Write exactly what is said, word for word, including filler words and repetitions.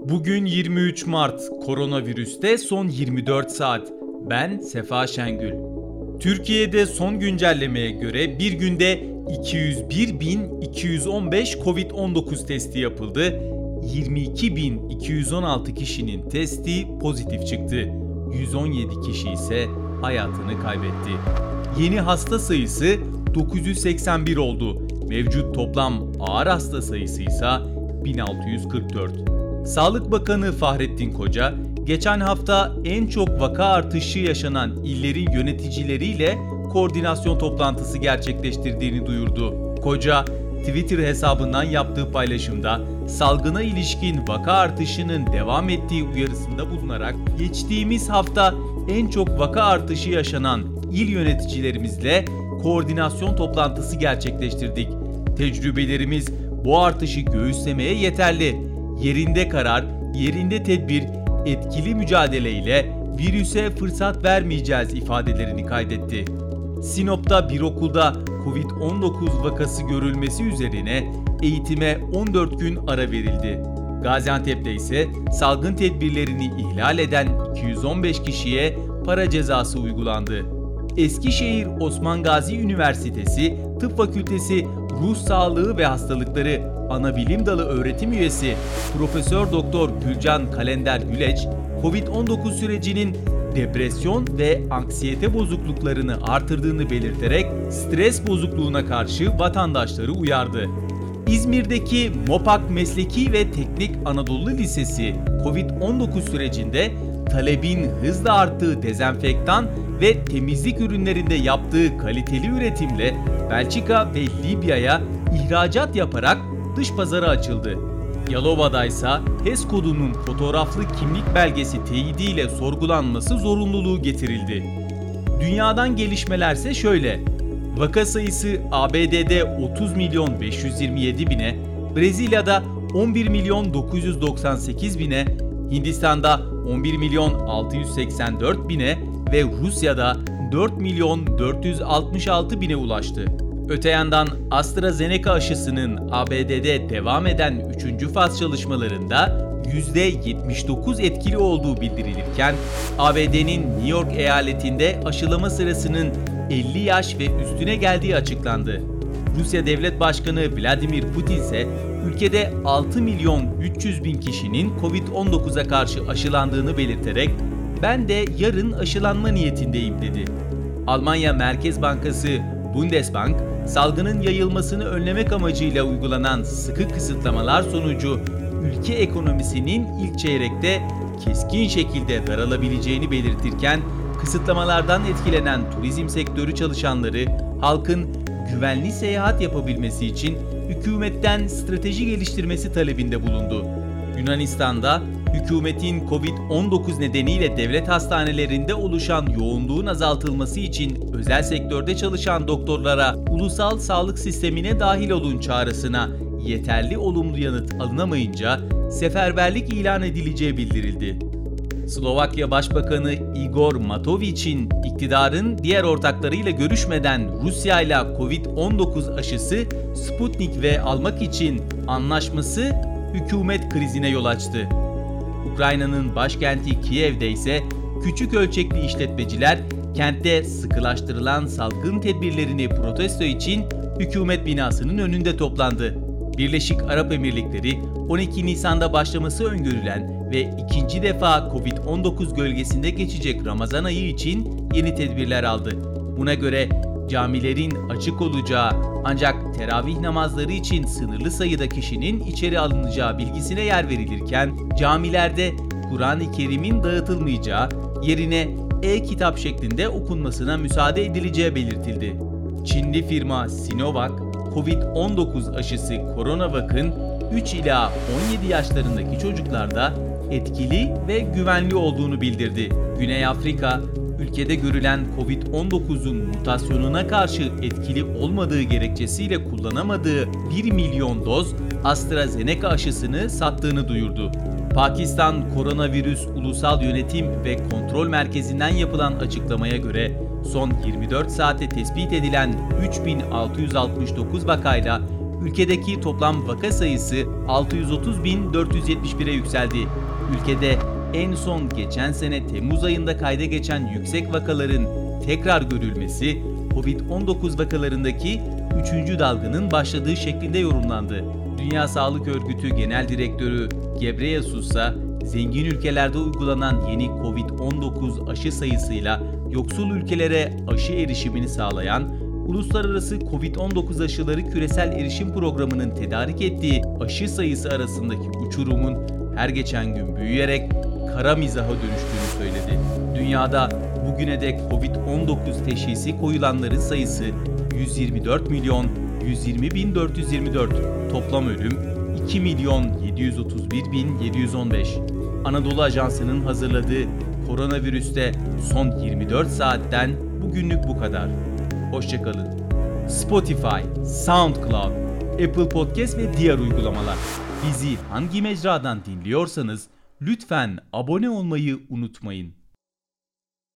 Bugün yirmi üç Mart, koronavirüste son yirmi dört saat. Ben Sefa Şengül. Türkiye'de son güncellemeye göre bir günde iki yüz bir bin iki yüz on beş kovid on dokuz testi yapıldı. yirmi iki bin iki yüz on altı kişinin testi pozitif çıktı. yüz on yedi kişi ise hayatını kaybetti. Yeni hasta sayısı dokuz yüz seksen bir oldu. Mevcut toplam ağır hasta sayısı ise bin altı yüz kırk dört. Sağlık Bakanı Fahrettin Koca, geçen hafta en çok vaka artışı yaşanan illerin yöneticileriyle koordinasyon toplantısı gerçekleştirdiğini duyurdu. Koca, Twitter hesabından yaptığı paylaşımda salgına ilişkin vaka artışının devam ettiği uyarısında bulunarak geçtiğimiz hafta en çok vaka artışı yaşanan il yöneticilerimizle koordinasyon toplantısı gerçekleştirdik. Tecrübelerimiz bu artışı göğüslemeye yeterli. Yerinde karar, yerinde tedbir, etkili mücadele ile virüse fırsat vermeyeceğiz ifadelerini kaydetti. Sinop'ta bir okulda kovid on dokuz vakası görülmesi üzerine eğitime on dört gün ara verildi. Gaziantep'te ise salgın tedbirlerini ihlal eden iki yüz on beş kişiye para cezası uygulandı. Eskişehir Osman Gazi Üniversitesi Tıp Fakültesi Ruh Sağlığı ve Hastalıkları Anabilim Dalı öğretim üyesi Profesör Doktor Gülcan Kalender Güleç, kovid on dokuz sürecinin depresyon ve anksiyete bozukluklarını artırdığını belirterek stres bozukluğuna karşı vatandaşları uyardı. İzmir'deki MOPAK Mesleki ve Teknik Anadolu Lisesi kovid on dokuz sürecinde talebin hızla arttığı dezenfektan ve temizlik ürünlerinde yaptığı kaliteli üretimle Belçika ve Libya'ya ihracat yaparak dış pazara açıldı. Yalova'da ise H E S kodunun fotoğraflı kimlik belgesi teyidiyle sorgulanması zorunluluğu getirildi. Dünyadan gelişmelerse şöyle: vaka sayısı A B D'de otuz milyon beş yüz yirmi yedi bine, Brezilya'da on bir milyon dokuz yüz doksan sekiz bine, Hindistan'da on bir milyon altı yüz seksen dört bine ve Rusya'da dört milyon dört yüz altmış altı bine ulaştı. Öte yandan AstraZeneca aşısının A B D'de devam eden üçüncü faz çalışmalarında yüzde yetmiş dokuz etkili olduğu bildirilirken A B D'nin New York eyaletinde aşılama sırasının elli yaş ve üstüne geldiği açıklandı. Rusya Devlet Başkanı Vladimir Putin ise ülkede altı milyon üç yüz bin kişinin kovid on dokuza karşı aşılandığını belirterek "Ben de yarın aşılanma niyetindeyim" dedi. Almanya Merkez Bankası Bundesbank, salgının yayılmasını önlemek amacıyla uygulanan sıkı kısıtlamalar sonucu ülke ekonomisinin ilk çeyrekte keskin şekilde daralabileceğini belirtirken, kısıtlamalardan etkilenen turizm sektörü çalışanları halkın güvenli seyahat yapabilmesi için hükümetten strateji geliştirmesi talebinde bulundu. Yunanistan'da hükümetin kovid on dokuz nedeniyle devlet hastanelerinde oluşan yoğunluğun azaltılması için özel sektörde çalışan doktorlara ulusal sağlık sistemine dahil olun çağrısına yeterli olumlu yanıt alınamayınca seferberlik ilan edileceği bildirildi. Slovakya Başbakanı Igor Matović'in iktidarın diğer ortaklarıyla görüşmeden Rusya ile kovid on dokuz aşısı Sputnik V almak için anlaşması hükümet krizine yol açtı. Ukrayna'nın başkenti Kiev'de ise küçük ölçekli işletmeciler kentte sıkılaştırılan salgın tedbirlerini protesto için hükümet binasının önünde toplandı. Birleşik Arap Emirlikleri on iki Nisan'da başlaması öngörülen ve ikinci defa kovid on dokuz gölgesinde geçecek Ramazan ayı için yeni tedbirler aldı. Buna göre camilerin açık olacağı ancak teravih namazları için sınırlı sayıda kişinin içeri alınacağı bilgisine yer verilirken camilerde Kur'an-ı Kerim'in dağıtılmayacağı, yerine e-kitap şeklinde okunmasına müsaade edileceği belirtildi. Çinli firma Sinovac, kovid on dokuz aşısı CoronaVac'ın üç ila on yedi yaşlarındaki çocuklarda etkili ve güvenli olduğunu bildirdi. Güney Afrika, ülkede görülen kovid on dokuzun mutasyonuna karşı etkili olmadığı gerekçesiyle kullanamadığı bir milyon doz AstraZeneca aşısını sattığını duyurdu. Pakistan Koronavirüs Ulusal Yönetim ve Kontrol Merkezi'nden yapılan açıklamaya göre son yirmi dört saate tespit edilen üç bin altı yüz altmış dokuz vakayla Ülkedeki toplam vaka sayısı altı yüz otuz bin dört yüz yetmiş bire yükseldi. Ülkede en son geçen sene Temmuz ayında kayda geçen yüksek vakaların tekrar görülmesi, kovid on dokuz vakalarındaki üçüncü dalganın başladığı şeklinde yorumlandı. Dünya Sağlık Örgütü Genel Direktörü Ghebreyesus ise zengin ülkelerde uygulanan yeni kovid on dokuz aşı sayısıyla yoksul ülkelere aşı erişimini sağlayan Uluslararası kovid on dokuz Aşıları Küresel Erişim Programı'nın tedarik ettiği aşı sayısı arasındaki uçurumun her geçen gün büyüyerek kara mizaha dönüştüğünü söyledi. Dünyada bugüne dek kovid on dokuz teşhisi koyulanların sayısı yüz yirmi dört milyon yüz yirmi bin dört yüz yirmi dört, toplam ölüm iki milyon yedi yüz otuz bir bin yedi yüz on beş. Anadolu Ajansı'nın hazırladığı koronavirüste son yirmi dört saatten bugünlük bu kadar. Hoşçakalın. Spotify, SoundCloud, Apple Podcast ve diğer uygulamalar. Bizi hangi mecradan dinliyorsanız lütfen abone olmayı unutmayın.